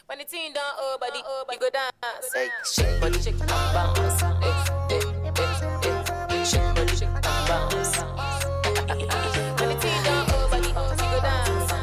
When the team done body, you go dance. Hey, shake body, shake and bounce. Hey, hey, hey, shake body, shake and bounce. When the team done body, you go dance.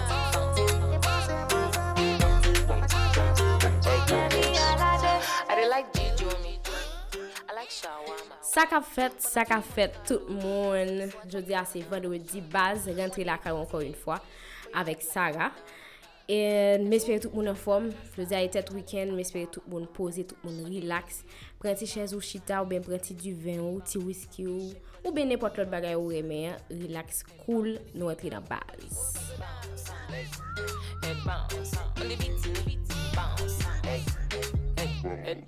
I dey like Jijo me. I like shawarma. Ça qu'a fait tout le monde. Jeudi à c'est vendredi base, rentrer la caille encore une fois avec Sarah. Et m'espère tout le monde en forme. Jeudi à était week-end, m'espère tout le monde poser, tout le monde relax. Prends une chaise ou chita ou bien prends du vin ou petit whisky ou bien n'importe l'autre bagaille ou aimer, relax cool, nous rentrer dans base. Head bounce. On the beat, bounce. Head.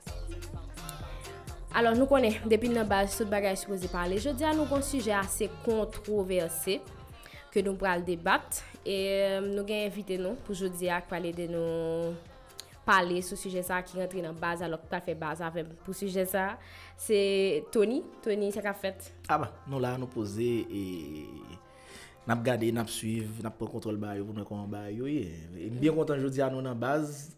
Alors, nous connaissons, depuis notre base, tout le bagage supposé parler. Je dis à nous un sujet assez controversé que nous pourrons débattre. Et nous avons invité nous pour aujourd'hui à parler de nous parler sur ce sujet ça qui rentre dans la base alors que fait base avec pour ce sujet ça. C'est Tony, ça qu'a fait. Ah bah, nous là, nous poser et n'a regarder, n'a suivre, n'a pas contrôle bail pour nous comment bail. Et bien content aujourd'hui à nous dans la base.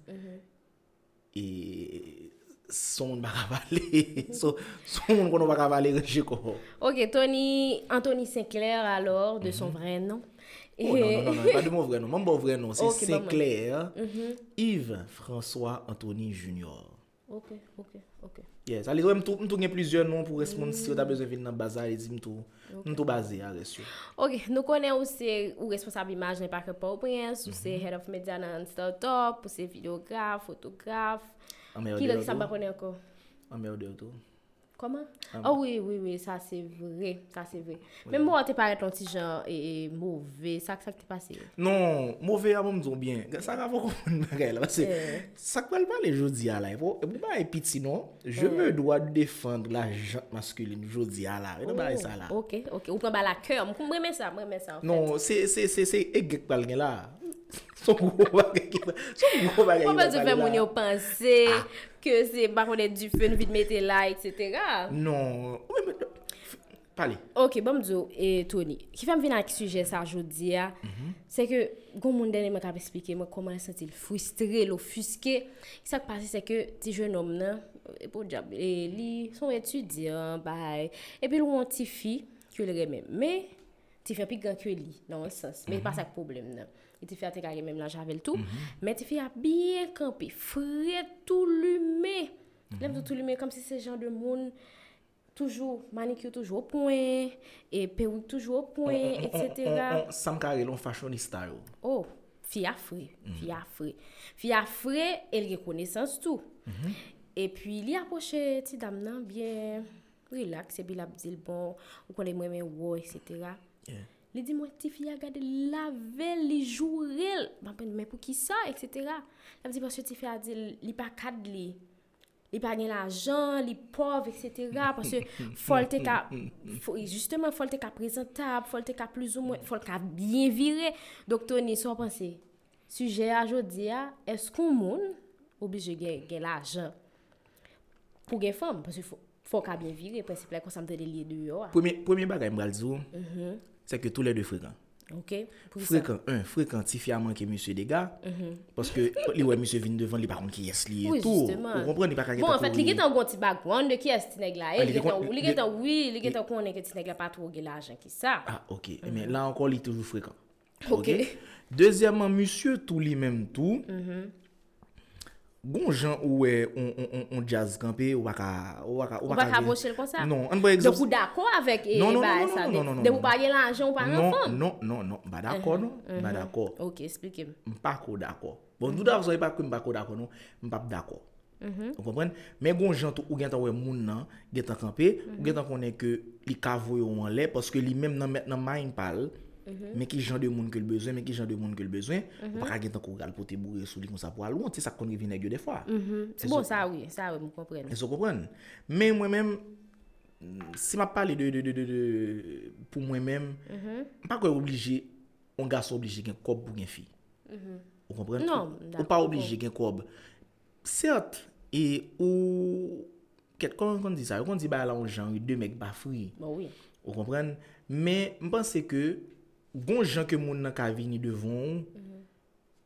Et son monde va cavaler son monde qu'on va cavaler quoi. OK, Anthony Sinclair alors de son vrai nom. Oh, non, pas de mon vrai nom. Mon vrai nom c'est Okay, Sinclair Yves François Anthony Junior. OK. Yes, allez même tout plusieurs noms pour répondre si vous avez besoin de venir dans bazar et dire tout basé à reçu. OK, nous connaissons aussi ou responsable image n'est pas que Port-au-Prince, ou c'est head of media dans startup, ou c'est vidéographe, photographe. Qui le ça pas connaît encore? En meilleur de tout. Comment? Oh oui, ça c'est vrai. Même moi t'es paraît ton petit genre et mauvais, ça t'est passé. Non, mauvais à moi me dit bien. Ça va pas comprendre bagaille là parce que ça peut pas les jodi à là. Pour pas petit non, je me dois défendre la gente masculine jodi à là. Et pas ça là. OK. Ou prend la cœur, moi remets ça en fait. Non, c'est egg pas là. Son gros bagage. Pourquoi tu fais mon penser que c'est pas qu'on est du feu vite mettre là etc. Non. Parlez. OK, bon m'dou et Tony. Qui fait me venir avec sujet ça aujourd'hui c'est que gon monde dernièrement qu'a expliquer moi comment sentir frustré, l'offusqué. Ça qui passe c'est que petit jeune homme là pour job et li son étudiant bye et puis l'on petit fille que le remet mais tu fais plus grand que lui dans le sens mais pas ça problème là il te fait attaquer même là j'avais le tout mais tu fais bien camper frais tout lumé lève tout lumé comme si c'est genre de monde toujours manicure toujours au point et perruque toujours au point etc. Ça me carré l'on fashionista yo. Oh fille frais elle reconnaissance tout et puis il approche ti dame nan bien relax et puis la dit bon ou connaît moi mais wow etc. Il dit moi ti fille a garder la veille les jours mais pour qui ça etc. Elle dit parce que ti fille a dit li pas cadre li pas gain l'argent, li pauvre etc. parce que faut te présentable, faut te plus ou moins faut te bien viré. Donc Tony so penser sujet à jodi a est-ce qu'on monde obligé gain l'argent pour gain femme parce que faut qu'a bien virer principe là comme ça me de lier dehors. Premier bagage m'bral dire c'est que tous les deux fréquents. OK. Fréquent ti fiamment que monsieur des gars parce que li ouais monsieur vient devant li par contre qui est li et tout. Vous comprenez pas bon en fait li gen un bon petit background de qui est ti nèg là li gen connaît que ti nèg là pas trop gen l'argent qui ça. Ah OK. Mais là encore il toujours fréquent. OK. Deuxièmement monsieur tout lui même tout. Gon gens où on jazz campé ou pas bosser comme ça. Non, on par exemple. Donc vous d'accord avec non, ça de vous pas l'argent ou pas enfant. Non, pas d'accord non, pas d'accord. OK, expliquez-moi. Pas d'accord. Bon, tout d'abord, ça pas que pas d'accord non, pas d'accord. Vous comprenez? Mais gon gens tout ou gen tan wè moun nan, gen tan campé, ou gen tan connaît que li kavoy en l'air parce que li même nan maintenant mind parle. Mais qui genre de monde que le besoin pas gagner tant qu'on gal pour te bourrer sous lui comme ça pour loin c'est ça qu'on revient avec des fois c'est bon ça oui me comprendre vous comprenez mais moi même si m'a parler de pour moi même pas quoi obligé un garçon obligé gain cob pour une fille vous comprenez non ou pas obligé gain cob certes et ou comment on dit ça on dit bah là on genre deux mecs pas free bon oui vous comprenez mais je pense que bon gens que moun nan ka vini devant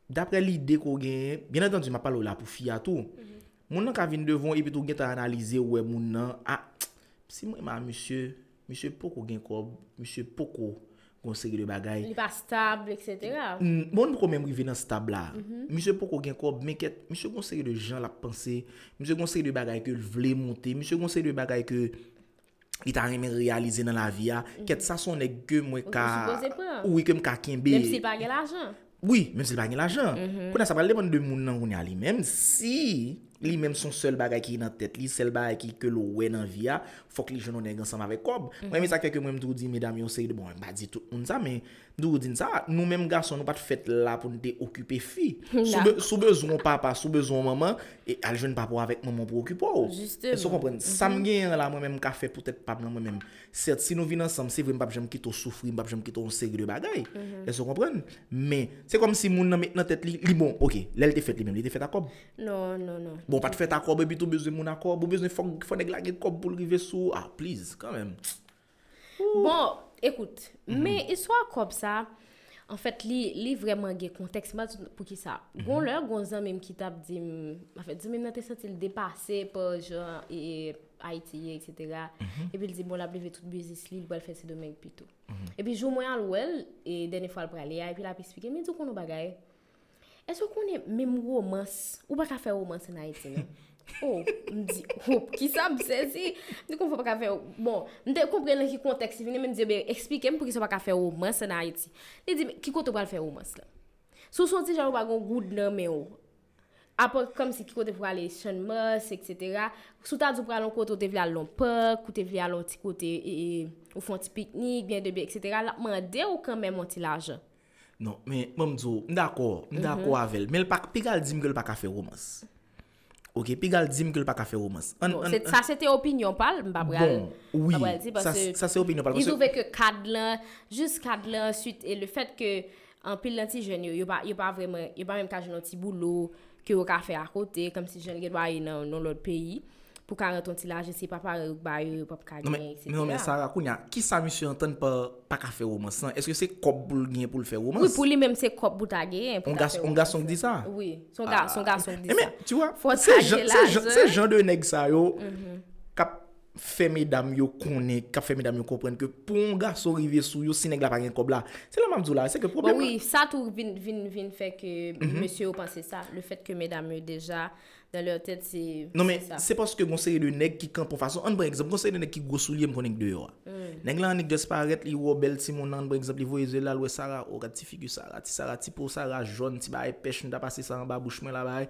d'après l'idée qu'on gagne, bien entendu, m'a parlé là pour fia tout. Moun nan ka vinn devant et puis tout gen ta analyser ouais moun nan si moi monsieur poko gen kob, monsieur poko gon série de bagay. Il pas stable etc. Moun pou même rive dans stable là. Monsieur poko gen kob, mais monsieur gon série de gens la penser, monsieur gon série de bagay que vle monter, monsieur gon série de bagay que il t'a rien réalisé dans la vie qu'est ça son nèg que moi ka oui que m'ka kembe. Même si pas gen l'argent. Oui, même si pas gen l'argent. Quand ça va dépendre de moun nan on y a li même si li même son seul bagay qui dans tête li seul bagay qui que le ouais dans vie faut que les gens on ensemble avec cob moi mais ça fait que moi me dit mesdames yo c'est bon pas dit tout monde ça mais nous dit ça nous même garçons nous pas fait là pour nous occuper fille sous besoin papa sous besoin maman et al jeune papa avec maman pour occuper justement vous comprenez ça me gagne là moi même café peut-être pas moi même certes si nous vivons ensemble c'est vrai pas j'aime quitter souffrir pas j'aime quitter une série de bagay vous comprenez mais c'est comme si moun dans tête li bon OK l'elle te fait lui même il te fait à cob non bon pas te fait accord et puis tout besoin mon accord besoin faut nèg la cob pour arriver sous please quand même bon écoute mais histoire comme ça en fait li vraiment gen contexte pour qui ça gon leur gonzan même qui t'a dit en fait dit même nan te senti le dépasser par genre et Haïti etc. et puis il dit bon la lever tout business li il va faire ces domaines plutôt et puis jour moyen l'ouel et dernière fois le praler et puis la expliquer mais tout qu'on bagay est-ce qu'on est même romance ou pas qu'à faire romance en Haïti non oh me dit oh qui ça me saisi nous qu'on faut pas faire bon me comprendre qui contexte venir me dire expliquer pour qui ça pas qu'à faire romance en Haïti il dit qui côté pour faire romance là sous son petit genre pas gon good nan mais après comme si qui côté pour aller Chanmas etc. sous ta dit pour aller côté te vle aller parc ou te vle aller petit côté ou font petit pique-nique bien de etc. là demander ou quand même un petit l'argent. Non, mais moi d'accord avec mais le pas pigal dit que le pas ka faire romance. OK, pigal dit que le pas ka faire romance. Ça c'était opinion parle, m'pa bral. Oui. Ça c'est opinion parle parce que il trouvait que cadre là ensuite et le fait que en pile l'anti jeune yo pas vraiment yo pas même ka un petit boulot que yo ka faire à côté comme si jeune doit aller dans l'autre pays. Pour carrer ton tilage c'est pas pareil bail pas gagner etc. Non mais Sarah Kounia qui ça monsieur entend pas ka faire romance est-ce que c'est cop pour gagner pour le faire romance? Oui pour lui même c'est cop pour gagner pour on garçon dit ça? Oui son garçon dit ça. Mais tu vois c'est genre de nèg ça yo cap fait mesdames yo connaît cap fait mesdames yo comprendre que pour un garçon arriver sous yo si nèg la pas gagne cop là c'est la même dit là c'est que problème oui ça tout vient fait que monsieur pense ça le fait que mesdames yo déjà dans leur tête c'est non mais c'est parce que mon série de nèg qui camp pour façon par exemple mon série de nèg qui gros soulier me connaît dehors nèg là nèg disparaître li rebelle si mon par exemple il voyait là le Sarah au petit figure Sarah ti pour Sarah jaune ti ba pêche n'a passer ça en bas bouche moi là bas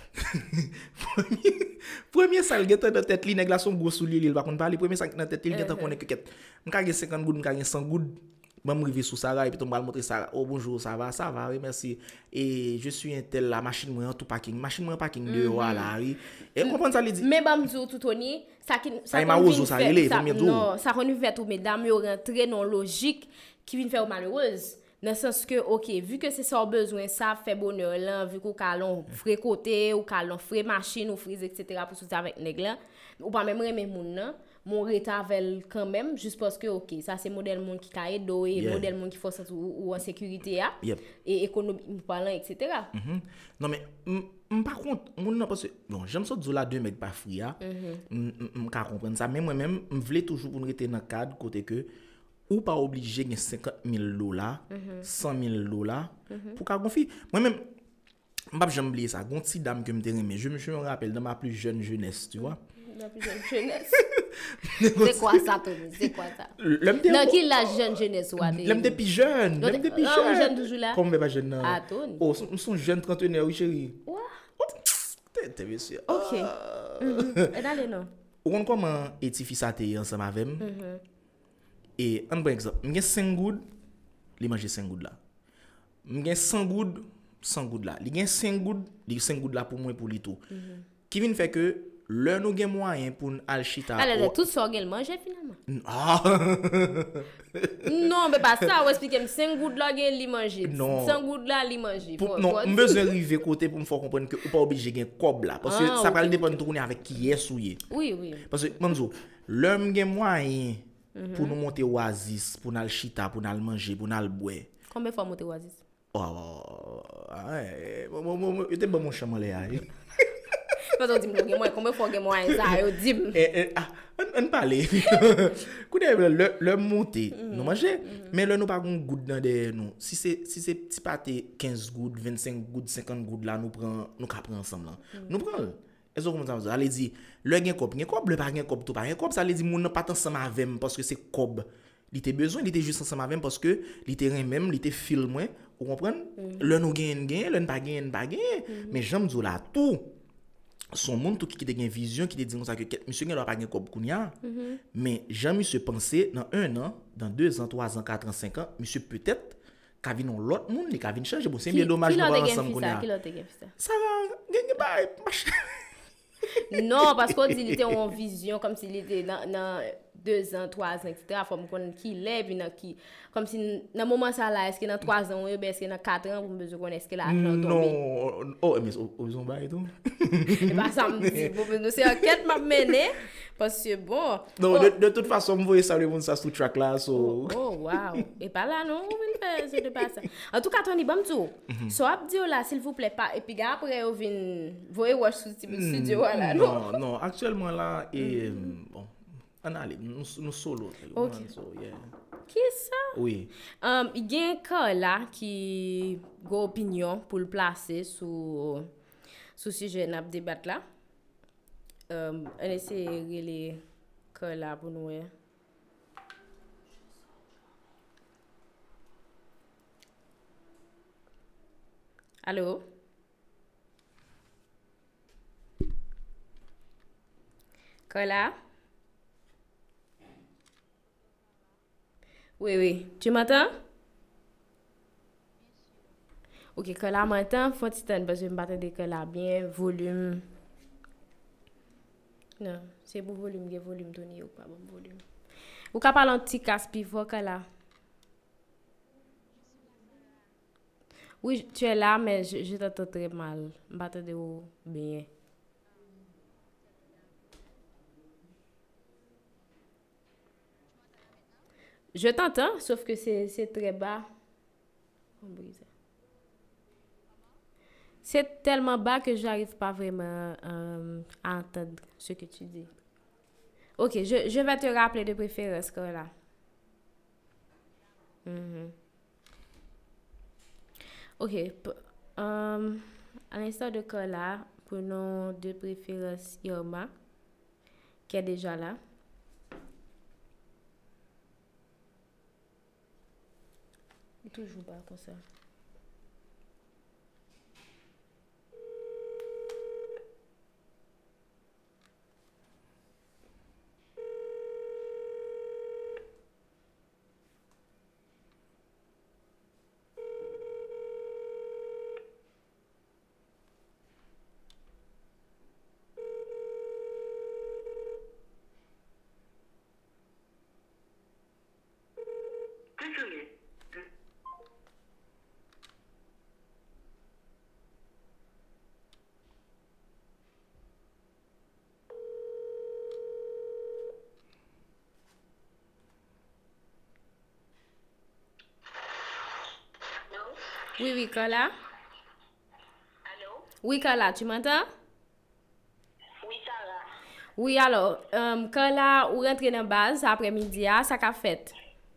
premier ça le dans tête li nèg là son gros soulier il va kon parler premier ça dans tête il geta connaît que m'ka gen 50 goud m'ka gen 100 goud moi me river sous Sarah et puis on va montrer Sarah oh bonjour ça va oui merci et je suis un tel la machine moi tout parking dehors là oui et comprendre ça lui dit mais bamzou tout Tony ça non ça rend fait tout mesdames yo rentrer dans logique qui vient faire malheureuse dans le sens que OK vu que c'est ça besoin ça fait bonheur là vu qu'on calon frais côté ou calon frais machine ou frais etc. pour sortir avec nèg là ou pas même remet moun nan mon retavel quand même juste parce que OK ça c'est modèle monde qui ka edo et modèle monde qui force ou en sécurité et économique parlant etc. Non mais par contre moun nan parce que bon j'aime ça dire là deux mecs pas free ka comprendre ça mais moi même me voulais toujours pour rester dans cadre côté que ou pas obligé de $50,000 $100,000 pour ka gonfi moi même m'pas jamais oublier ça gon ti dame que me mais je me rappelle dans ma plus jeune jeunesse tu vois la plus jeune jeunesse c'est quoi ça Tony c'est quoi ça non qui la jeune jeunesse ou l'aime depuis jeune jeune toujours là comme pas jeune non ah Tony oh son jeune trentenaire oui chérie t'es bien sûr OK et d'aller non on comment étifi ça t'es ensemble avec et un par exemple m'gen 5 goud li manger 5 goud là m'gen 100 goud 100 goud là li gen 5 goud là pour moi pour lui tout qui vient faire que le nous gen moyen pour al chita alors tout ça gen manger finalement non mais pas ça ou expliquer 5 goud là gen li manger 100 goud là li manger non besoin arriver côté pour me faire comprendre que ou pas obligé gen cob là parce que ça va dépendre de tourner avec qui est souillé oui parce que manzo l'homme gen moyen pour nous monter oasis pour nous chita pour nous manger pour nous boire combien fois monter oasis Oh, était bon mon chaman là. Parce que moi combien fois que moi ça yo dit On parle. Quand le monter, nous manger, mais là nous pas gon goutte dans derrière nous. Si c'est petit pâté 15 gouttes, 25 gouttes, 50 gouttes là nous ka prend ensemble là. Nous prend. Est-ce que comment ça allez dire le gen cob le pas gen cob tout pas gen cob ça allez dire moun pas ensemble avec parce que c'est cob. Il était besoin, il était juste ensemble avec parce que il était rien même, il était fil moins, vous comprenez? Le nous gagne, le pas gagne, mais j'aime dire là tout. Son monde tout qui te gen vision qui te dit comme ça que monsieur gen doit pas gen cob kounya. Mais Jean monsieur pensé dans 1 an, dans 2 ans, 3 ans, 4 ans, 5 ans, monsieur peut-être qu'a vinn l'autre monde, il qu'a vinn changer bon c'est bien dommage nous pas ensemble kounya. Ça va gen bail. Non, parce qu'on dit qu'il était en vision, comme s'il était dans 2 ans, 3 ans, etc. Faut me connaître qui l'est, puis qui, comme si dans le moment ça là, est-ce que dans 3 ans, ou est-ce que dans 4 ans, vous besoin de connaître ce que l'argent tombe. Non, oh, mais ils ont bail tout. Et bah ça me dit, bon, c'est enquête m'a mené, parce que bon. Non, de toute façon, vous voyez ça, le monde ça sous track là, so. Oh, wow. Et pas là, non, c'est pas ça. En tout cas, Tony, bon tout. So, abdi là, s'il vous plaît, pas, et puis après, vous venez, voyez, watch sous studio là, non? Non, actuellement là, et bon. On allait, nous solo. Ok. So, yeah. Qui ça? Oui. Il y a un cas là qui a une opinion pour le placer sous sujet de débat là. On essaie de les cas là pour nous. Allô? Cas Oui. Tu m'entends? Ok, que là, m'entends, faut que parce que je m'attendais que là, bien, volume. Non, c'est pour volume, Tony, ou pas bon volume. Ou qu'à parler un petit casse pivot que là. Oui, tu es là, mais je t'entends très mal. Je m'attendais bien. Je t'entends, sauf que c'est très bas. C'est tellement bas que j'arrive pas vraiment à entendre ce que tu dis. Ok, je vais te rappeler de préférence, là. Ok, à l'instant de là, prenons de préférence Irma, qui est déjà là. Toujours pas comme ça. Oui, Carla. Allô? Oui, Carla, tu m'entends? Oui, Sarah. Oui, alors, Carla, ou rentre dans base après-midi, ça qu'a fait?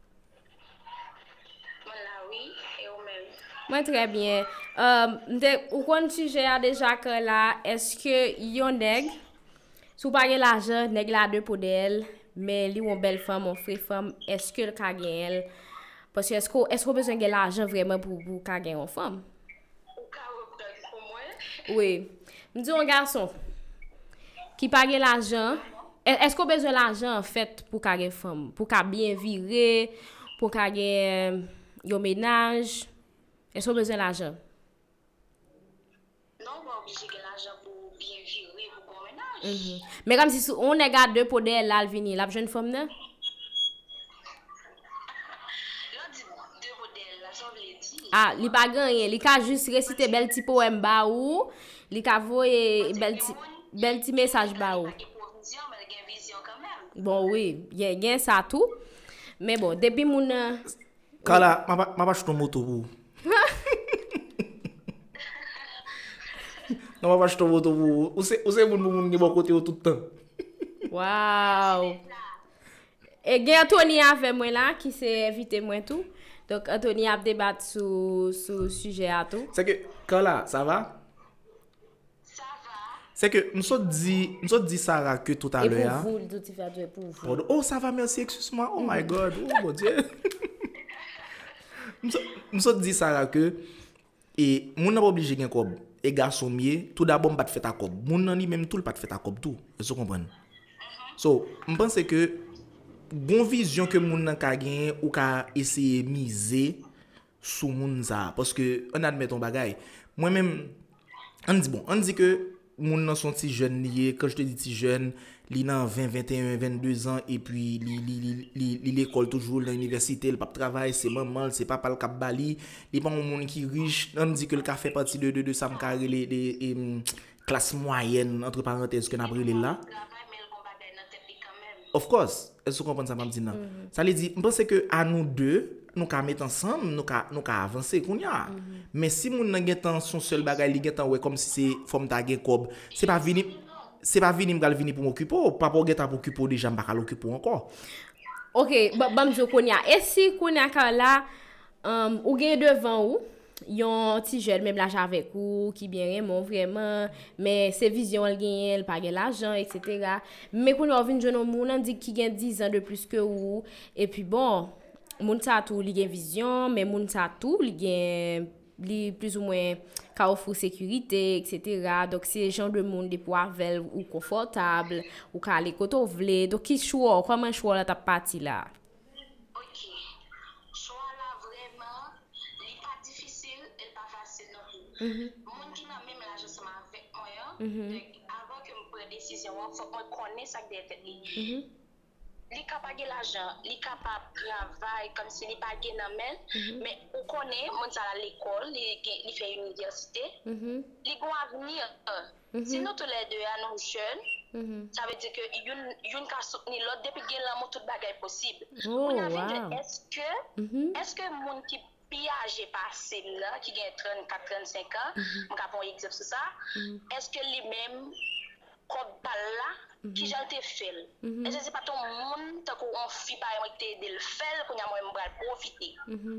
Voilà, oui, et vous-même? Moi, très bien. Ou quand tu gères déjà Carla, est-ce que yon nèg, si vous pas l'argent, nèg la deux pour d'elle, mais li une belle femme, une vraie femme, est-ce que le ka gen elle? Parce que est-ce qu'on besoin de l'argent vraiment pour gagner une femme? Ou ka reprendre pour moi? Oui. Me dis un garçon qui pague l'argent. Est-ce qu'on besoin de l'argent en fait pour gagner une femme? Pour qu'elle bien virer, pour gagner un ménage? Est-ce qu'on besoin de l'argent? Non, on va obliger que l'argent pour bien virer, pour qu'on ménage. Mais comme si on regarde deux pour d'elle, là, elle vient, la jeune femme, non? Ah, li pa gagné, li ka juste réciter bel petit poème ba ou, li ka voye bel petit message ba ou. Bon oui, y a ça tout. Mais bon, depuis mon Kala, m'a pas chuté moto pour. Non, pas acheter moto pour ou c'est moun qui bon côté tout le temps. Wow. Et gen Anthony avec moi là qui s'est invité moi tout. Donc Anthony a débattu sur sujet à tout. C'est que quand là, ça va? Ça va? C'est que nous dit Sarah que tout à Et l'heure. pour vous, tout fait pour vous. Oh, ça va, merci, excuse-moi. Oh my God, oh mon Dieu. Nous dit Sarah que et moun n'a pas obligé gen kob. Et garçon mieux, tout d'abord pas de fait à kob. Moun nan li même tout le pas de fait à kob tout. Vous comprenez? So, je pense que bon vision que moun nan ka gen ou ka essayer miser sous moun ça parce que on admet ton bagay. Moi même on dit que moun nan son ti jeune lié, quand je te dis ti jeune, li nan 20, 21, 22 ans et puis li l'école toujours dans l'université, le pas travail, c'est maman, c'est papa le cap bali, li pas un monde qui riche, on dit que le ka fait partie de ça me carré les classe moyenne entre parenthèses que n'a brûlé là. Of course, est-ce que vous comprenez ça m'a dit non. Ça veut dire je pense que à nous deux nous ka mettre ensemble, nous ka avancer qu'on y a. Mais si moun nan gen tan son seul bagay li gen tan ouais comme si c'est forme ta gen kob, c'est pas vini m'gal vini pour m'occuper, pas pour gen ta pour occuper déjà m'pa l'occuper encore. OK, bamzo konya. Et si konya ka là ou gen devant ou yon ti jeune même l'âge avec ou qui bien aimant vraiment mais ses visions elle gagne elle pas gagne l'argent etc. Mais qu'on vinn jeune moun on dit qui gagne 10 ans de plus que ou et puis bon moun sa tout li gagne vision mais moun sa tout li gagne li plus ou moins ka offre sécurité etc. Donc c'est genre de monde de pour avec ou confortable ou ka aller koto vle donc qui choix comment choix là ta parti là. Moun qui n'a même l'âge ensemble avec moi, avant que je prenne décision, il faut que je connaisse ça qui est fait. Il est capable de l'argent, il est capable de travailler comme s'il n'est pas gagné, mais on connaît, mon ça à l'école, il fait l'université, il a un avenir. Si nous tous les deux sommes jeunes, ça veut dire que une can soutenir l'autre depuis qu'il a tout bagage possible. Est-ce que mon qui âgé passé là qui gagne 34 35 ans on va prendre exemple sur ça est-ce que lui même comme là qui j'ai été fait est-ce que c'est pas ton monde tant qu'on fit pas aider de le faire qu'on a moi profiter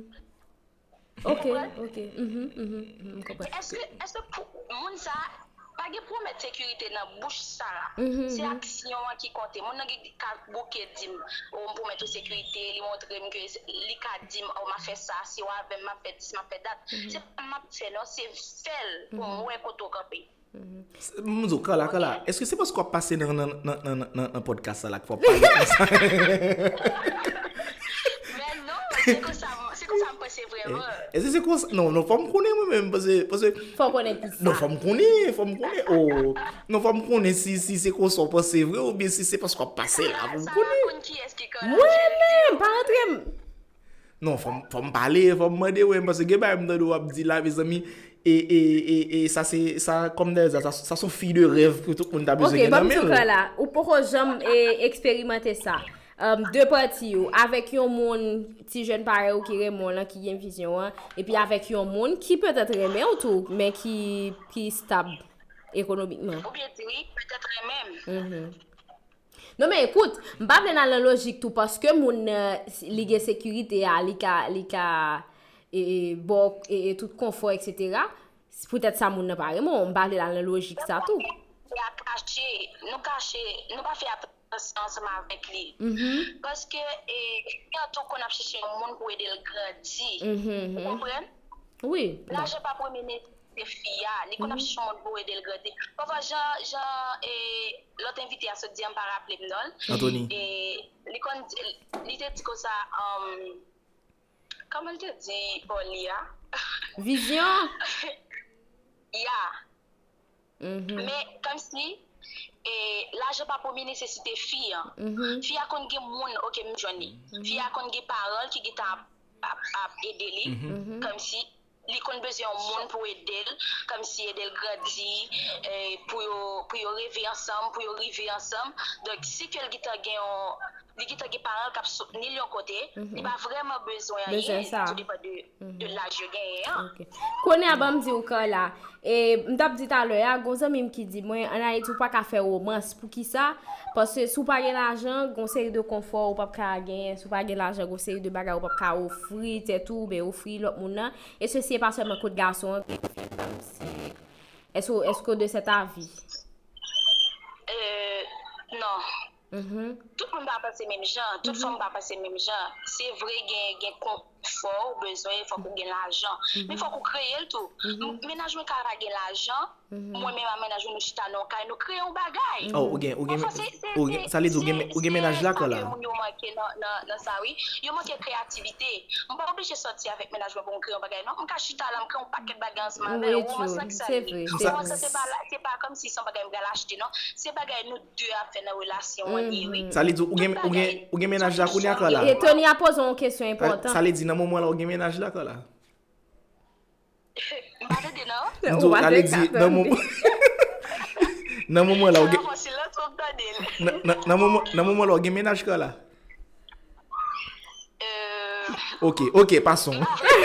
OK est-ce que pour monde ça pas de promettre sécurité dans bouche ça c'est action qui compte mon n'a ka bouquet dim on promettre sécurité lui montrer que li ka dim on m'a fait ça si on avait m'a fait date c'est pas m'a fait non c'est fait pour moi koto camper Mouzo kala est-ce que c'est parce qu'on passe dans podcast là qu'il faut parler comme ça mais non c'est comme ça me passe vraiment est-ce que c'est quoi non faut me connaître moi-même parce que faut connaître ça non faut me connaître oh non faut me connaître si c'est quoi ça c'est vrai ou bien si c'est parce qu'on passe là vous me connaissez qui est-ce qui ouais pas rentrer non faut me parler faut me demander ouais parce que bah me doit dire là mes amis et ça c'est ça comme ça sont filles de rêve que tout le monde a besoin de OK bon là ou pour jamais expérimenter ça deux parties avec un monde petit jeune pareil ou qui remon là qui a une vision et puis avec un monde qui peut-être aimer autour mais qui stable économiquement ou bien oui peut-être même non mais écoute m'pas dans la logique tout parce que mon ligue sécurité a et bon et tout confort etc. peut-être ça mon pas vraiment m'pas dans la logique ça tout nous pas faire ensemble avec lui parce que quand on a cherché un monde pour aider le grandir vous comprenez oui là j'ai pas promené des filles les qu'on a cherché un monde pour aider le grandir parfois Jean et l'autre invité à se dire pas rappeler non Anthony et les qu'on il était comme ça comment tu dis Paulia vision mais comme si et là je pas pour nécessité fille fille a kon gen moun OK me joindre fille a kon gen parole qui geta à aider lui comme si li kon besoin un monde pour aider comme si aider grandir pour yo rêver ensemble pour yo river ensemble donc si quelqu'un qui parents qui soutenir de côté il pas vraiment besoin ça tout dépend de l'âge gagné OK connait abam di ou ka là et m'tap dit tout à l'heure gon zami qui dit moi en Haïti ou pas ka faire romance pour qui ça parce que sou pas gen l'argent gon série de confort ou pas ka gagner sou pas gen l'argent gon série de bagages ou pas ka offrir c'est tout ben offrir l'autre monde et ceci est pas seulement côté garçon est-ce que de cet avis non tout le monde va passer même genre toute femme va passer même genre c'est vrai gain confort besoin il faut qu'on gagne l'argent mais il faut qu'on crée le tout ménagement ka pas gagne l'argent moi même aménagement nous chita non ka nous créer un bagage OK ça les ou ménage là que là yo manqué dans ça oui yo manqué créativité on pas obligé sortir avec ménagement pour créer un bagage non on ka chita là on créer un paquet de bagages c'est vrai c'est pas comme si son bagage me l'acheter non c'est bagage nous deux à faire dans relation oui ça les dit ou ménage là qu'on a là et Tony a posé une question importante ça les dit dans moment là ou ménage là que là non ça les dit dans moment là dans moment là ou ménage que là OK passons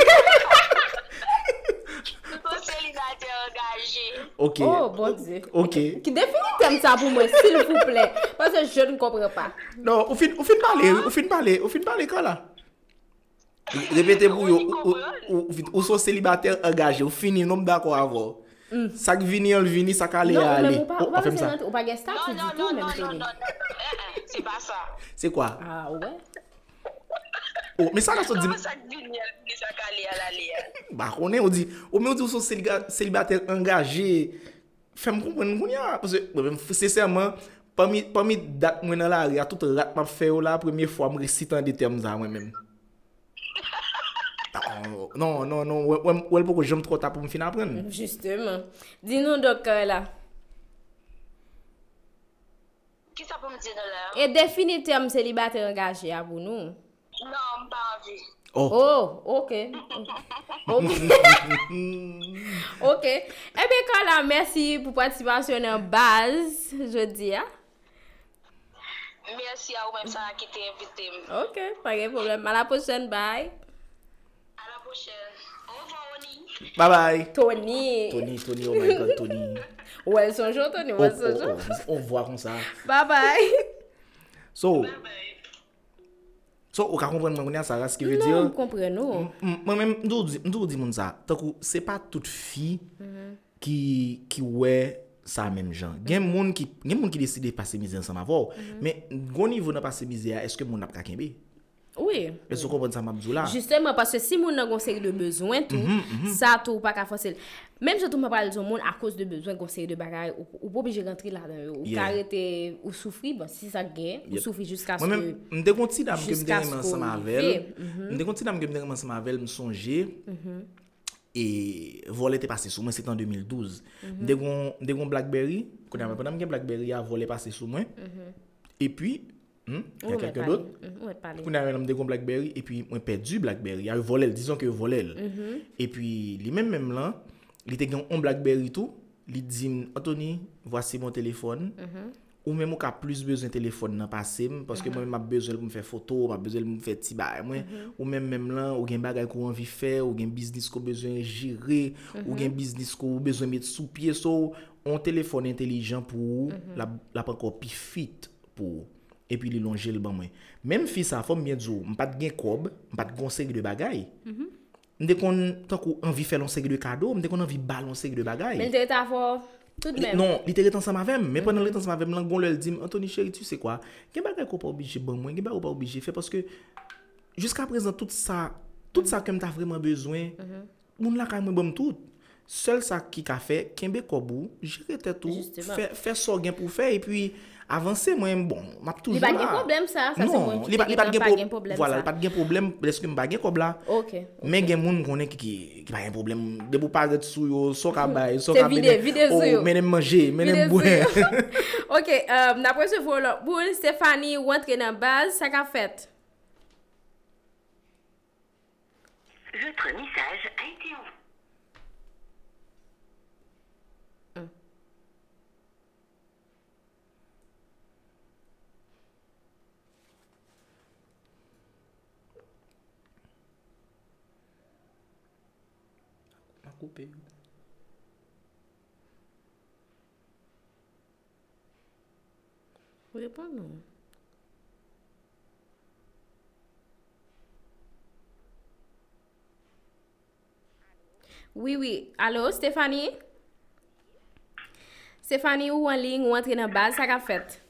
OK. Oh, bon Dieu. OK. Qui définit thème ça pour moi, s'il vous plaît. Parce que je ne comprends pas. Non, au fin parler quand là. Répétez pour ou sont célibataire engagé, ou fini non d'accord avant. Ça vini ça aller aller. On fait ça. On pas gain statut du tout même non. C'est pas ça. C'est quoi? Ah ouais. Oh, mais ça là ça dit bah on dit ou sont célibataire engagé fais-moi comprendre parce que sincèrement parmi date moi dans la rue toute rat m'a fait la première fois me récitant des termes ça moi même non ouais pourquoi j'aime trop ta pour me finir apprendre justement dis-nous donc là qui ça peut me dire là et définir terme célibataire engagé à vous nous non pas envie OK. OK. Eh bien, Carla, merci pour participation en base, je dis. Merci à vous-même, ça qui t'ai invité. OK, pas de problème. À la prochaine, bye. À la prochaine. Au revoir, Oni. Bye bye. Tony, oh my God, Tony. Ouais, son jour, Tony, ouais, son jour. On voit comme ça. Bye bye. So, on comprendre moi ça ce qui veut dire non comprends moi même nous dit mon ça tant que c'est pas toute fille qui ouais ça même genre gen monde qui décide passer misère ensemble avant mais gon niveau dans passer misère est-ce que mon n'a pas kembe oui est-ce que vous comprenez ça m'abdou là justement parce que si mon a une série de besoins tout ça tout pas qu'à forcer même si tout me parle de monde à cause de besoin une série de bagages ou pas obligé rentrer là dedans ou arrêter ou souffrir bon si ça gain ou souffrir jusqu'à ce que moi même me déconti dame que me ensemble avec me déconti dame que me ensemble avec me songer et voler était passé sur moi c'était en 2012 dégon BlackBerry qu'on a pendant que BlackBerry a volé passé sur moi et puis il y a quelqu'un d'autre qu'on a un dégon BlackBerry et puis moi perdu BlackBerry il a volé disons que volé et puis lui même là il était un BlackBerry tout il dit Anthony voici mon téléphone ou même on a plus besoin de téléphone dans passé parce que moi m'a besoin de me faire photo m'a besoin de me faire petit bail moi ou même là ou gain bagay qu'on envie faire ou gain business qu'on besoin gérer ou gain business qu'on besoin mettre sous pied so un téléphone intelligent pour la pas encore plus fit pour et puis les longer le ban moi même fille ça faut bien dire m'pas de gain cob m'pas de conseil de bagay m'dé qu'on tant qu'on envie faire un série de cadeaux m'dé qu'on envie balancer de bagay mais t'es fort tout de même non il était ensemble avec mais pendant le temps ensemble avec là gon leur dit Anthony chéri tu sais quoi gen bagay qu'on pas obligé bon moi gen bagay pas obligé faire parce que jusqu'à présent tout ça que m'ta vraiment besoin moun la ka moi bon tout seul ça qui qu'a fait kembe kobou gérer tête tout faire ça gain pour faire et puis avancer moi bon m'a toujours là il pas de problème ça c'est moi il pas de problème voilà pas de problème parce que m'pa gain kob là OK mais gen moun connaît qui pas un problème de pour pas sur yo so ka bay so ka vide sur yo mais manger mais boire OK d'après ce voilà pour Stéphanie rentre dans base ça qu'a fait votre message a été envoyé couper. Réponds non. Oui. Allô, Stéphanie? Stéphanie, ou en ligne, ou entre dans la base, ça qu'a fait?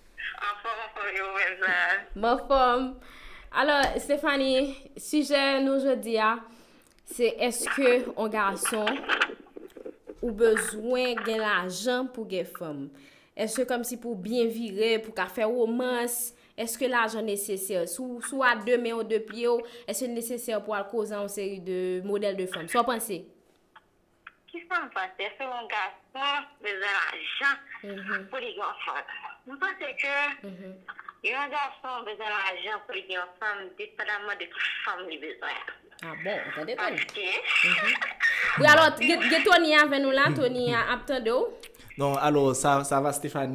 Bonne forme. Alors, Stéphanie, sujet nous aujourd'hui, c'est est-ce que un garçon ou besoin de l'argent pour une femme? Est-ce que comme si pour bien virer, pour faire romance, est-ce que l'argent est nécessaire? Soit à deux mains ou deux pieds, est-ce que c'est nécessaire pour causer une série de modèles de femmes? Soit pensez. Qui ça me passe? Est-ce qu'un garçon besoin d'argent pour les enfants? Je pense que un garçon besoin d'argent pour les enfants, dépendamment de quelle femme il a besoin. Ah bon, attendez, Parce Tony. que... Oui, alors, get Tony avec nous là, Tony a attendez. Non, alors, ça va, Stéphanie.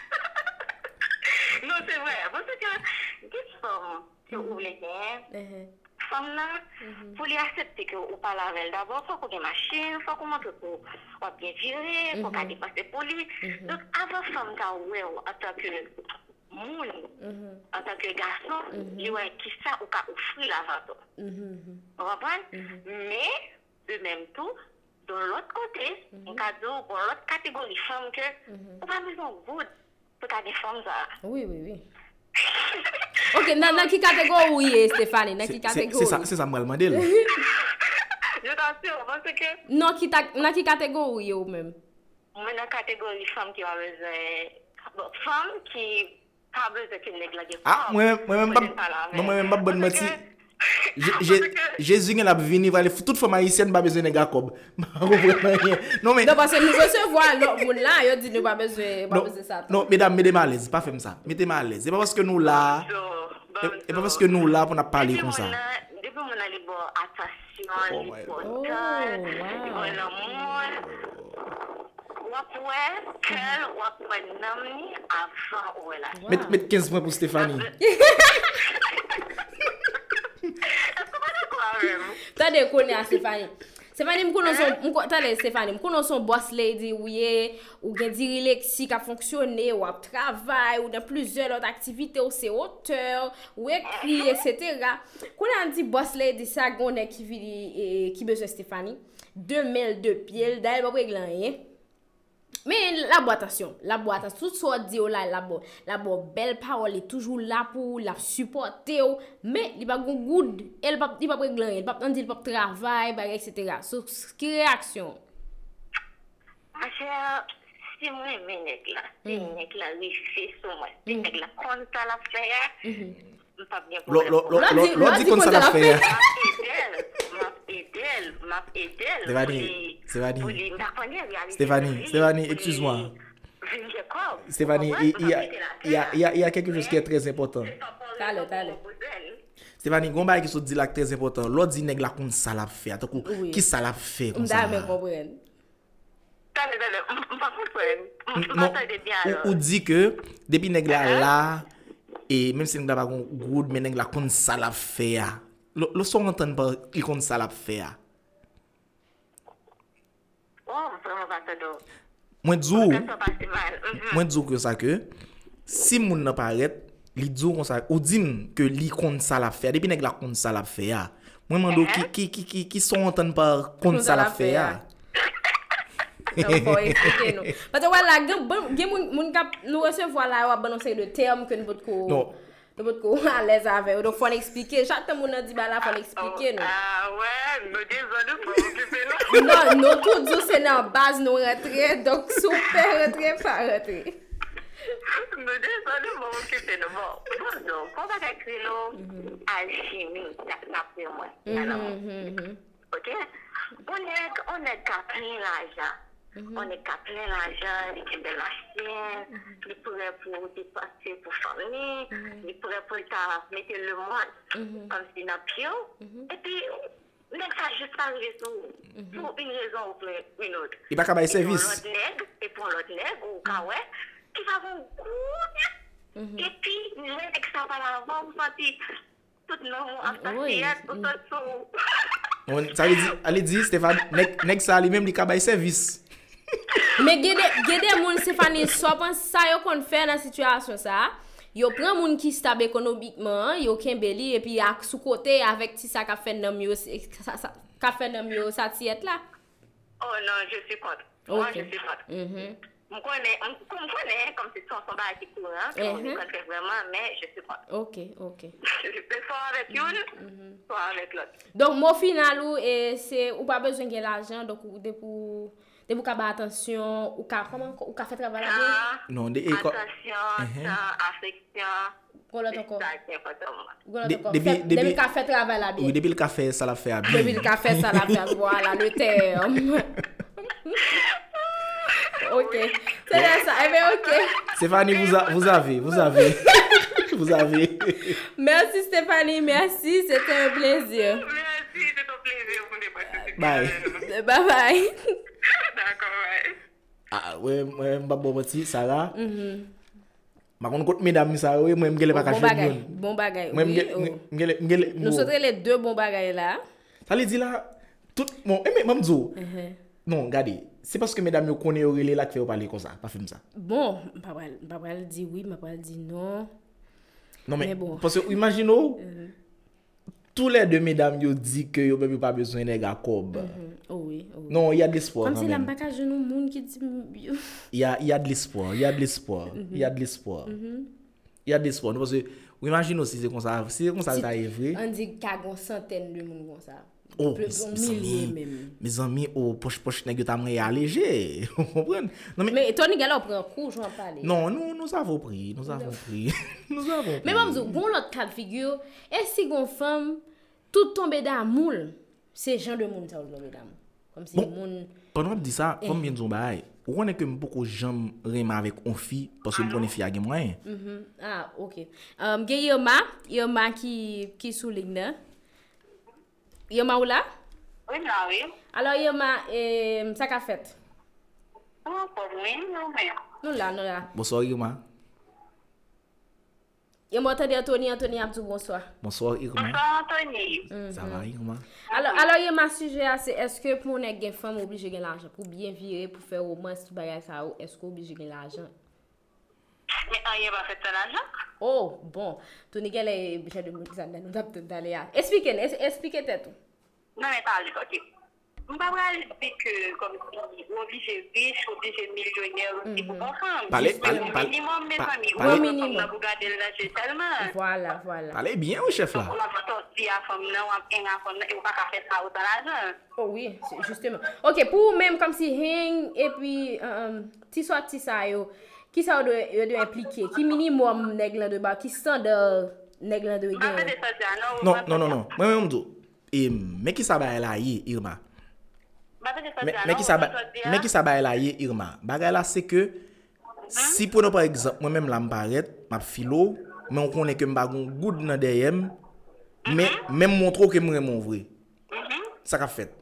Non, c'est vrai. Parce que, quelle femme que vous voulez dire? Femme là, pour lui accepter que vous parlez avec elle, d'abord, il faut qu'on ait une machine, il faut qu'on montre que vous bien viré, il faut qu'on dépasse pour lui. Donc, avant femme, en tant que monde, en tant que garçon, il y a qui ça ou qu'a offrir la vente. Vous comprenez? Mais, de même tout, de l'autre côté, un cadeau pour l'autre catégorie de femmes que vous pas besoin de good pour faire des femmes ça. Oui. Ok, dans quelle catégorie, Stéphanie? Dans quelle catégorie? C'est ça, moi, le modèle. Je t'assure, parce que... Non, dans quelle catégorie, ou même? Moi, dans la catégorie femmes qui ont besoin... Bon, femmes qui ont besoin de nègre la Ah, moi-même, pas bonne moitié. Jésus n'a pas venu, toute femme haïtienne pas besoin de Jacob. Non, mais... Non, parce que nous recevons l'autre monde là, il dit nous pas besoin de ça. Non, mesdames, mettez-moi à l'aise, pas faire ça. Mettez-moi à l'aise. C'est pas parce que nous là... C'est pas parce que nous là pour nous parler comme ça. Depuis mon allé bon attention, l'important, bon amour. Ouais, quel ouais nami avant ou là. Mettez 15 points pour Stéphanie. T'as des connais à Stéphanie. Stéphanie, je connais son boss lady ou gen diri leksi qui a fonctionné ou a travail ou dans plusieurs autres activités ou c'est auteur ou écrit etc. Quand on dit boss lady ça gonne qui besoin Stéphanie 2 mails 2 pieds d'ailleurs pas régler rien. Mais la boîte, tout ce dit là, la belle parole est toujours là pour la supporter, mais il pas good, elle pas régler, elle pas dire pas travail, etc. So, qui réaction? Si moi mes nèg là, si nèg là réussit sur moi, si nèg là comme ça la faire, pas bien pour l'autre dit comme ça la faire. Stéphanie, excuse-moi. Stéphanie, il y a quelque chose qui est très important. Allez. Stéphanie, gomba qui se dit là très important. L'autre dit nèg la comme ça la fait. Qui ça la fait comme ça? Ou dit que depuis nèg là et même si nèg pas good mais nèg la comme ça la fait. Le son entend pas il comme ça la fait. Moi dis que ça que si moun n'a paraît li dit comme ça ou dit que li comme ça la fait depuis nèg la comme ça la fait. Moi mando qui son entend pas comme ça la fait. Parce que voilà, nous recevons là un série de termes que nous votre à l'aise avec. Donc faut expliquer. Chaque temps on dit bah là faut expliquer nous. Ah ouais, nous désolé pour occuper là. Non, tout dit c'est dans base nous rentrer donc super rentrer pas rentrer. Nous désolé pour occuper nous. Bon, donc on va écrire l'eau alchimie ça fait moi. OK? On est capé l'argent. On est capé l'argent, il est de l'argent, il pourrait pour dépasser pour famille, il pourrait pour mettre le monde comme si dans pio. Et puis, même ça juste arrivé pour une raison ou pour une autre. Il va acabar service. Et pour l'autre nègre, ou kawe, qui va vous goûter. Et puis, les nègres ça va l'avant, vous sentez tout le monde en face, tout le monde. Ça veut dire Stéphane, nèg ça lui-même li ka bay service. Mais gede moun Stéphanie, so pense ça yo kon fait dans situation ça. Yo prend moun qui stable économiquement, yo kembeli et puis à sous côté avec ti ça ka fait nan yo ça ka fait nan yo ça tiette là. Oh non, je suis contre. Moi, je suis contre. Je connais comme c'est son bail qui court, hein. Je connais vraiment, mais je suis contre. Ok. Je peux soit avec une, soit avec l'autre. Donc, mon final, c'est ou pas besoin de l'argent, donc de pour attention, ou faire travail là. Non, attention, affection. Depuis le café travail là bien. Oui, depuis le café ça l'a fait bien. Depuis le café ça l'a fait, voilà le terme. Ok, c'est ça. Eh bien, ok. Stéphanie, vous avez. Vous avez. Merci Stéphanie, merci, c'était un plaisir. Merci, c'est un plaisir. Bye. Bye bye. D'accord, ouais. Ah, ouais, bon petit, Sarah. Ma contre mesdames ça, oui, moi m'gele pas cacher. Bon bagay. Moi m'gele. Nous sommes les deux bons bagay là. Ça veut dire là tout bon, mais m'amzo. Non, regardez. C'est parce que mesdames yo connaît relé là que fait parler comme ça, pas film ça. Bon, pas dire oui, pas dire non. Non mais bon. Parce que imaginons tous les deux mesdames yo dit que yo même pas besoin d'un gars cob. Oh oui. Non, il y a de l'espoir comme quand si même. la pas genou monde qui dit il y a de l'espoir, il y a de l'espoir parce que imagine aussi c'est comme ça ça arrive. On dit qu'il y a une centaine de monde comme ça. Oh, milliers même. Mes amis, au poche nèg ta mwen allégé. Vous comprenez? Non mais Tony Gala prend coup, je vais en parler. Non, nous avons pris. Mais moi bon l'autre cas de figure, est-ce que une femme tout tomber d'amour, c'est genre de monde ça tomber d'amour. Comme si monde pendant dit ça, comme bien dire bail. Vous connaissez que beaucoup j'aime rema avec une fille parce que connais fille a moyen. Ah, OK. Yoma qui souligne. Yoma ou là? Oui, là, oui. Alors, Yoma, ça qu'a fait? Non, pour moi, non, mais. Non, là. Bonsoir, Yoma. Yoma, t'as dit Anthony Abdou, bonsoir. Bonsoir, Yoma. Bonsoir, Anthony. Ça va, Yoma? Alors, Yoma, sujet, c'est est-ce que pour une femme obligé de gagner l'argent? Pour bien virer, pour faire au moins tout bagage ça, est-ce qu'on obligé de gagner l'argent? Mais on y va faire l'argent? Oh, bon. Tony Gala est obligé de nous d'aller à. Expliquez tout. Non, mais pas OK. On va pas dire que comme si obligé riche, obligé millionnaire aussi pour comprendre. Minimum mes amis. Au minimum. On va regarder l'argent tellement. Voilà. Allez bien, chef là. On va sortir à femme là, on va pas faire ça autant l'argent. Oh oui, justement. OK, pour même comme si hang et puis ti ça yo. Qui ça doit impliquer? Qui minimum nègre de bas? Qui standard nègre de gain? Non. Moi-même dis mais qui ça va là Irma? Mais qui ça va là Irma? Bagay là c'est que si pour par exemple moi-même là m'paraît m'a filo mais on connaît que m'pa gon good dans derrière mais même montre que moi mon vrai. Ça qu'a fait.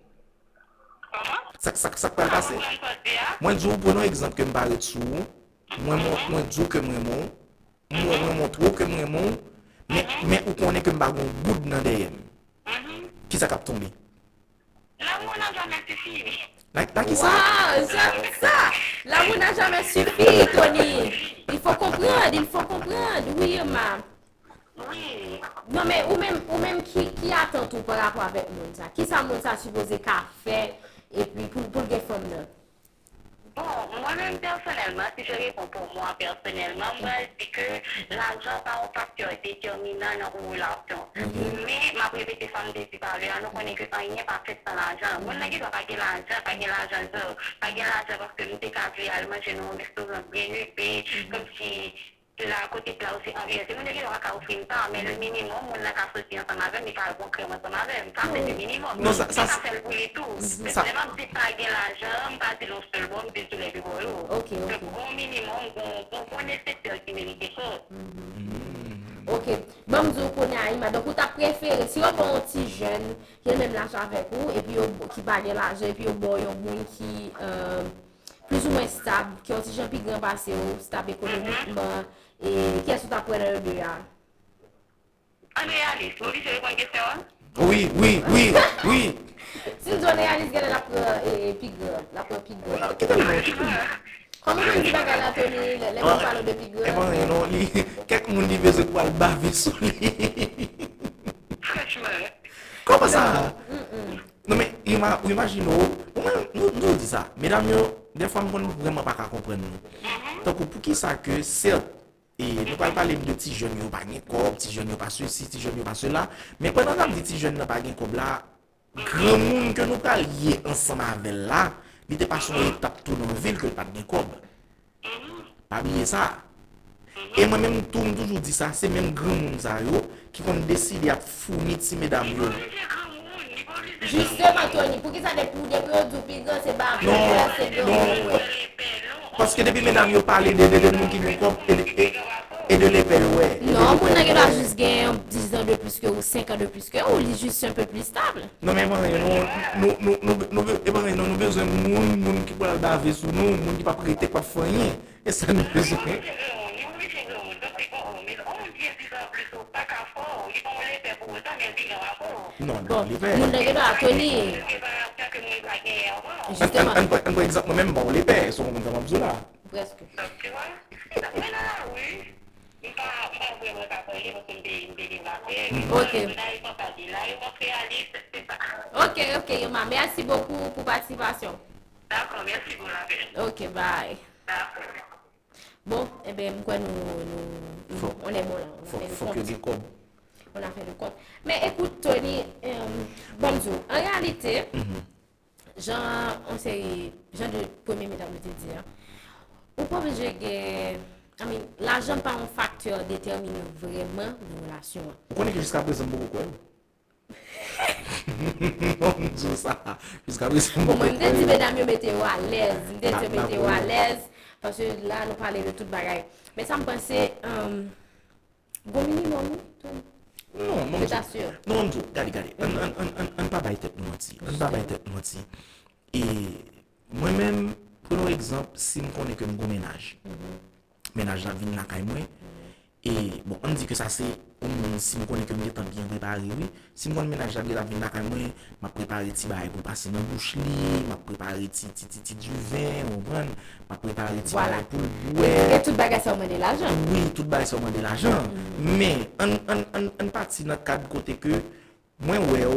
Ça peut passer. Moi je vous prends un exemple que m'paraît sous moi dis que moi montre que moi mais on connaît que m'pa gon good dans derrière. Qui ça cap tomber? L'amour n'a jamais suffi. Qui ça? J'aime ça. L'amour n'a jamais suffi, Tony. Il faut comprendre. Oui, ma. Oui. Non, mais ou même qui attend tout par rapport avec nous ça? Qui ça monde ça supposé qu'a fait et puis pour les femmes là? Bon, moi-même personnellement, si je réponds pour moi personnellement, moi je dis que l'argent n'est pas un facteur déterminant dans une relation. Mais ma priorité femme depuis parler, nous connaissons que rien n'est pas fait sans l'argent. Moi, je ne dois pas gagner l'argent parce que nous sommes réellement chez nous, restaurant bien élevé, comme si la côté là aussi en vérité, nous ne devons pas offrir ça, mais le minimum, on n'a qu'à sortir ensemble avec, mais qu'à concréer ensemble avec. Ça, c'est le minimum. Non, ça fait pour les tous. Mais vraiment, si tu as gagné l'argent, pas de l'on seul bon, c'est tous les rigolos. OK. Le bon minimum, on connaît cette qui mérite ça. OK. Bon, donc vous avez préféré, si on prend un petit jeune qui a même l'argent avec vous, et puis qui bague l'argent, et puis on boit un monde qui plus ou moins stable, qui a un petit jeune plus grand passé, stable économiquement, et qui est sous ta poêle de là. En réalité, vous voulez répondre à une question? Oui. Si nous réalisons qu'elle a pris comment on dit bagarre la Tony, les gens parlent de pigre. Et bon, non, quelques monde dit besoin de le baver sur lui. Comment ça? Non mais imagine nous dit ça. Mesdames, des fois on vraiment pas comprendre nous. Donc pour qui ça que certes et nous pas parler de petits jeunes yo pas gain corps, petits jeunes yo pas ceci, petits jeunes yo pas cela, mais pendant que petits jeunes n'a pas gain corps là, grand monde que nous pas lié ensemble avec là, il était pas sur une étape tout dans la ville que pas gain corps. Pas oublier ça. Et moi-même toujours dit ça, c'est même grand monde ça yo qui vont décider à fournir ces mesdames yo. Justement, Tony, pour qui ça depuis du pigre, c'est pas non. Parce que depuis mesdames yo parlé de nous qui nous compte et de l'épée ouais. Non, pour n'a pas juste gagner 10 ans de plus que ou 5 ans de plus que ou il est juste un peu plus stable. Non mais nous besoin monde qui peut la baver sur nous, monde qui pas prêter pas rien et ça nous besoin. Non, nous n'avons pas Tony. Justement. Un exemple même bon les pères sont comme ça là. Presque. Ok, Yoma, merci beaucoup pour participation. D'accord, merci pour la peine. Ok, bye. D'accord. Bon, eh bien, on est bon là. Faut que du code. On a fait le compte. Mais écoute, Tony, bonjour. En réalité, genre de premier mesdames de te dire, ou pas besoin de. L'argent pas un facteur déterminant vraiment une relation. Vous connaissez que jusqu'à présent beaucoup quoi? Non, je ça. Jusqu'à présent. Bon, moi, je me dis, mesdames, mettez-vous à l'aise. Mettez-vous à l'aise. Parce que là, nous parlons de toute bagaille. Mais ça me pensait, bon minimum, non, je t'assure. Non, regardez. On ne pas bailler tête nous mentir. Et moi-même, prenons exemple, si je connais que je ménage. Ménage la vie là quand moi. Et bon, on dit que ça c'est si je connais que je suis bien préparé, oui. Si je ménage la vie là quand moi, je prépare petit bail pour passer dans la bouche li, je prépare petit du vin, je prépare petit bail pour boire. Et toute bagage ça de l'argent. Oui, toute bagage ça de l'argent. Mais on partit dans cadre côté que moi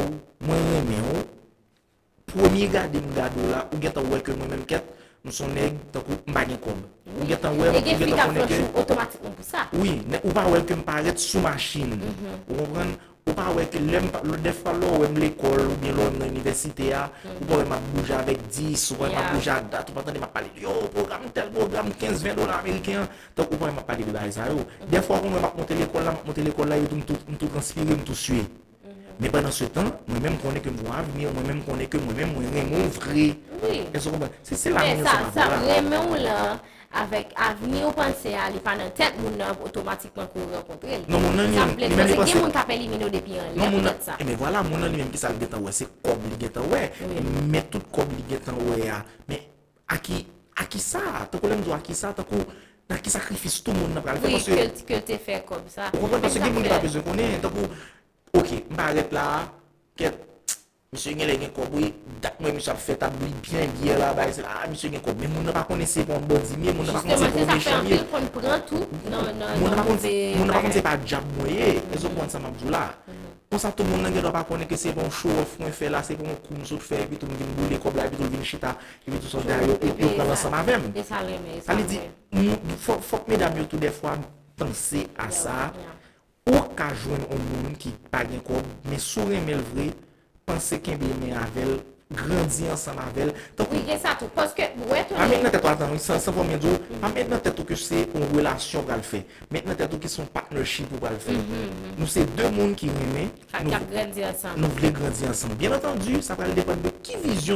premier garder là ou geta ouais que moi même quête nous sommes nèg tant que pas gain comme ou geta ouais automatiquement pour ça. Oui, ou pas ouais que me paraître sous machine. Vous comprenez? Ou pas ouais que le des fois là ou l'école ou bien dans l'université ou pas m'a bouger avec 10 ou m'a bouger à date ou pas m'a parler yo programme tel programme $15-20 américains donc ou pas m'a parler de bail ça yo. Des fois on m'a monter l'école là yo tout transpirer tout suer. Mais pendant ce temps, moi-même connais que moi avenir, moi-même connais que moi-même mon vrai. Oui. C'est la même ça vraiment là avec avenir penser à aller pas dans tête mon automatiquement qu'on rencontrer. Non mon ami, même parce que mon cap éliminer depuis un non mon ça. Mais voilà mon ami même qui ça le geta ouais, c'est comme le geta ouais. Mais tout comme le geta ouais. Mais à qui ça? Tant que l'aime à qui ça, tant que qui sacrifice tout le monde dans le parce que tu fait comme ça. Parce que mon pas besoin connaît tant OK, m'arrête là. Monsieur Ngel gen kob oui, dak moi monsieur fait tabli bien là bas c'est là monsieur gen kob mais mon pas connaissait bon body mais mon pas connaissait bon méchant. On prend tout. Mon pas connaissait pas job moyen. Ils ont ça m'a dit là. Pour ça tout le monde ne pas connaître que c'est bon show off qu'on fait là, c'est bon coup nous faire puis tout le monde vient bouler comme là puis tout le monde vient chita et puis tout ça derrière et puis on ensemble avec même. Ça veut dire faut que mesdames tout des fois penser à ça. Ou ka joindre un monde qui pas gain corps mais sourire mais le vrai penser qu'un bien avec grandir ensemble avec donc oui c'est ça tout parce que ouais toi maintenant tête attends ça va me dire maintenant tête que c'est une relation qu'elle fait maintenant tête qui sont partnership pour le faire nous c'est deux mondes qui aimer nous voulons grandir ensemble bien entendu ça va dépendre de qui vision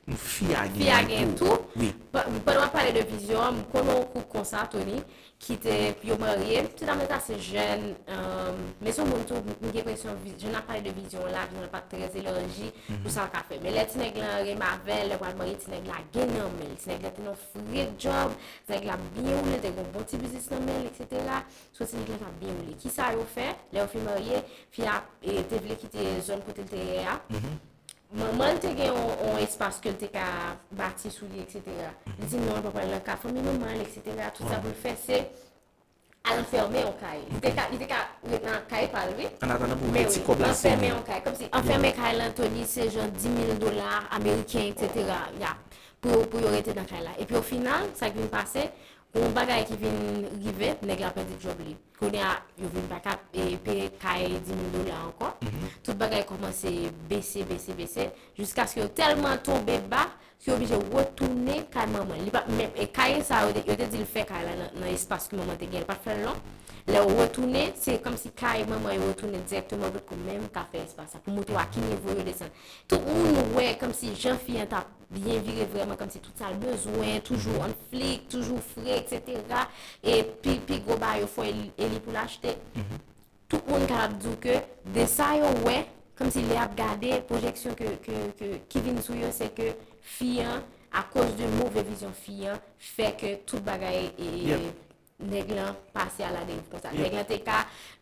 fille a gagné tout. Oui. Pendant parler de vision, je connais un couple comme ça, Tony, qui était marié. Tout à fait assez jeune, mais son monde, j'ai l'impression, je n'ai pas parlé de vision là, je n'ai pas très élargi pour ça qu'a fait. Mais les Tinegla, les Marvel, les mariés, Tinegla, gagné, mais Tinegla, t'es un free job, Tinegla bien roulé, t'es un bon petit business, etc. Soit Tinegla bien roulé. Qui ça a fait? Les filles mariées, fille a été quitter zone côté de terre. Maman te gen un espace que tu as bâti sous lui, etc. Il dit non, papa, le cas famille normale, etc. Tout ça pour le faire, c'est à l'enfermer en caille. Il était dans la caille par lui. En attendant pour Mais petit oui, comme là. enfermer en caille. Comme si enfermer caille Anthony, c'est genre $10,000 américains, etc. Pour arrêter dans la caille là. Et puis au final, ça qui vient passer, un bagage qui vient arriver, nèg la perdu job li. Connait a yo vinn pas cap et payer $10,000 encore. Tout bagage commence baisser jusqu'à ce que tellement tombé bas que obligé retourner chez maman. Il pas même et caille ça yo te dit le fait caille dans espace que maman te gagne pas faire long. Là retourner, c'est comme si caille maman est retourner directement pour même café espace ça pour montrer à qui niveau yo descend. Tout le monde ouais comme si jeune fille t'a bien viré vraiment comme si tout ça le besoin toujours en flic, toujours frais etc. Et puis gros ba yo faut eli pour l'acheter. Tout le monde capable dire que de ça yo ouais comme si les a regardé projection que qui vient sur yo c'est que fille à cause de mauvaise vision fille fait que tout bagaille est nèg lan passer à la dérive comme ça. Nèg lan te ka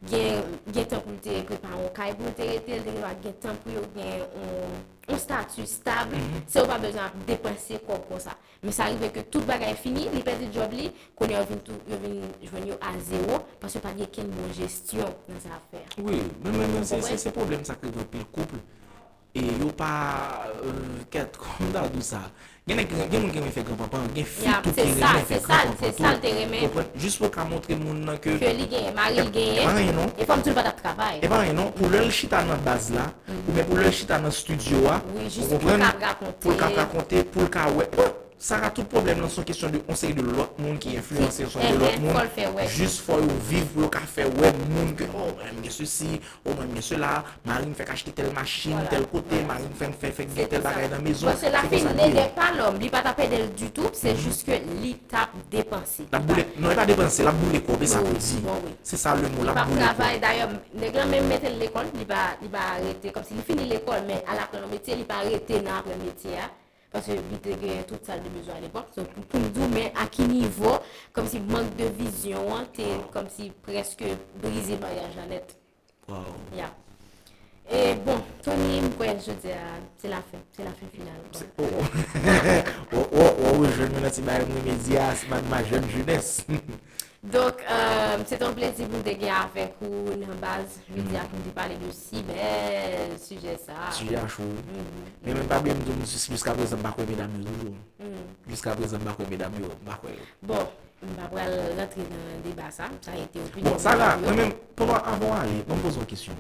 gen temps pour te préparer un caille pour te rester, gen temps pour gen un statut stable. C'est pas besoin de dépenser comme ça. Mais ça arrive que tout bagaille fini, li perd job li, qu'on yo vinn joindre à zéro parce que pas gen ken bonne gestion dans cette affaire. Oui, mais c'est problème ça que le couple et yo pas qu'être comme dans tout ça. Il y a des gens qui fait grand-papa, il y a c'est ça le terrain. Juste pour montrer mon que li gagne, mari gagne. Et comme tout le pas de travail. Et pas non, pour le chita dans base là, ou bien pour le chita dans studio là, oui, juste pour raconter, pour le cas ouais. Ça a tout problème dans son question de conseil de l'autre monde qui influence sur de l'autre monde. Juste faut vivre pour le café ouais monde que oh mais ceci, oh mais cela, Marine fait acheter telle machine, tel côté, Marine fait tel bagage dans la maison. Parce que la fille n'est pas l'homme, il pas taper du tout, c'est juste que il tape dépenser. La boule non pas dépenser, la boule quoi, ça veut dire. C'est ça le mot la boule. Il travail d'ailleurs, les grands même mettre l'école, il va arrêter comme s'il finit l'école mais à la fin métier, il va arrêter dans le métier. Parce que il y a toute salle de besoin à l'époque. Donc, pour nous dire, mais à quel niveau, comme si manque de vision, t'es comme si presque brisé par la Jeannette. Wow. Yeah. Et bon, Tony, je dis, c'est la fin finale. Je me médias, c'est ma jeune jeunesse. Donc, c'est un plaisir pour te gagner avec vous, en base, je veux dire, pour te parler de si bel sujet ça. Sujet chaud. Mais même pas bien, jusqu'à présent, je ne sais pas mesdames. Jusqu'à présent, je ne sais pas mesdames. Bon, on va rentrer dans le débat, ça a été opinion. Bon, ça va, même, avant d'aller, on me pose une question.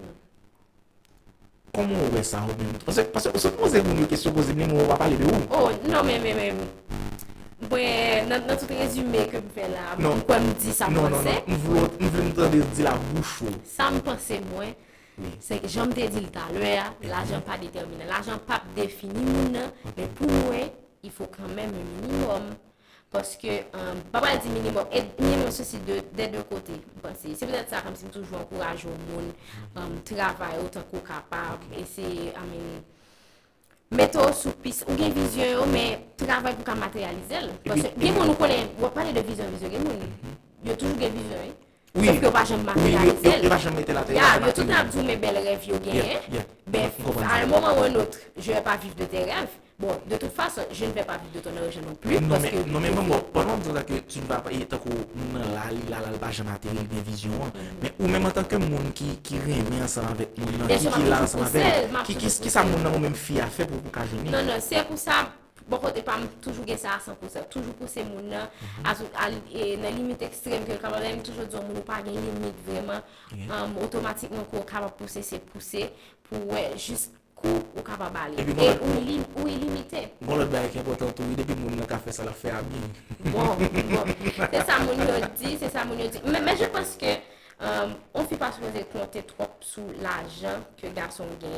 Comment on voit ça? Parce que si on pose une question, on va parler de où? Oh, non, mais. Ouais, dans tout résumé que vous faites là, pourquoi me dit ça non, nous voulons dire la bouche. Ça me pensait moi, c'est que j'aime te dire tout à l'heure, l'argent pas déterminé, l'argent pas défini, mais pour moi, il faut quand même un minimum. Parce que, papa dit minimum, et minimum ceci des deux côtés. C'est peut-être ça comme si nous toujours encourageons le monde, travailler autant qu'on est capable, et c'est, mettons sous piste, ou une vision, mais travail pour matérialiser. Parce que, bien qu'on nous connaît, on va parler de vision, il y a toujours des visions. Oui. Sauf que pas jamais matérialiser. Il va jamais mettre la tête. Il y a tout le temps tous mes belles rêves, ben, à un moment ou un autre, je ne vais pas vivre de tes rêves. Bon, de toute façon, je ne vais pas vivre de ton argent non plus. Non, mais bon, pendant que tu ne vas pas y être là, pas jamais matériel de vision, mais ou même en tant que monde qui remet ensemble avec nous, qui là ensemble avec, qui ça mon même fille a fait pour qu'à jeune. Non, c'est pour ça. Bon, côté pas toujours ça à 100%, toujours pousser mon là à la limite extrême que quand même toujours dire mon pas de limite vraiment automatiquement qu'on capable pousser pour juste ou capable aller ou illimité. Bon le bail qui est important tout depuis mon n'a fait ça la fait à bien. Bon, c'est ça mon dit, mais je pense que on fait pas supposer compter trop sur l'argent que garçon gagne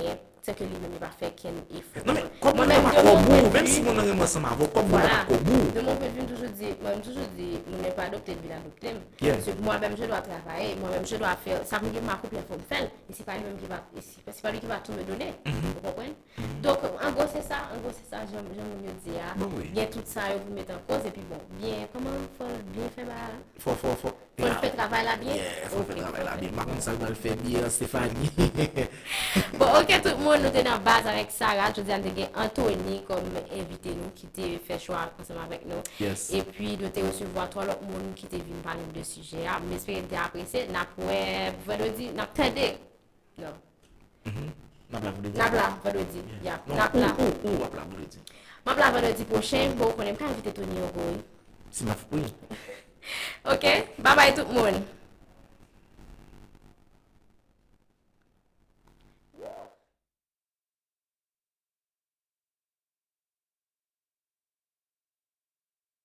c'est que lui-même il va faire qu'un effort. Non mais comment même si mon ensemble ensemble avec comme voilà. au bout. De mon point de vue toujours dit, on n'est pas adopté de adopter. Parce que moi-même je dois travailler, moi-même je dois faire ça que ma couple faut me faire et c'est pas lui-même qui va c'est pas lui qui va tout me donner. Vous comprenez? Donc en gros c'est ça, j'aime mieux dire. Bien tout ça vous mettre en cause et puis bon, bien comment faut bien faire faut faire travail là bien. Faut faire travail là bien. Maintenant ça va le faire bien Stéphanie. Bon, OK tout le monde nous est en base avec Sarah, je dis à Anthony comme invité nous qui t'a fait choix ensemble avec nous. Yes. Et puis nous te recevoir trois autres monde qui t'a venu parler de sujet. Mais j'espère que tu as apprécié. N'a pas vendredi, n'a pas t'aider. Non. N'a pas vendredi. N'a pas vendredi prochain. Bon, on aime pas inviter Tony au boy. Si ma oui. OK, bye bye tout le monde.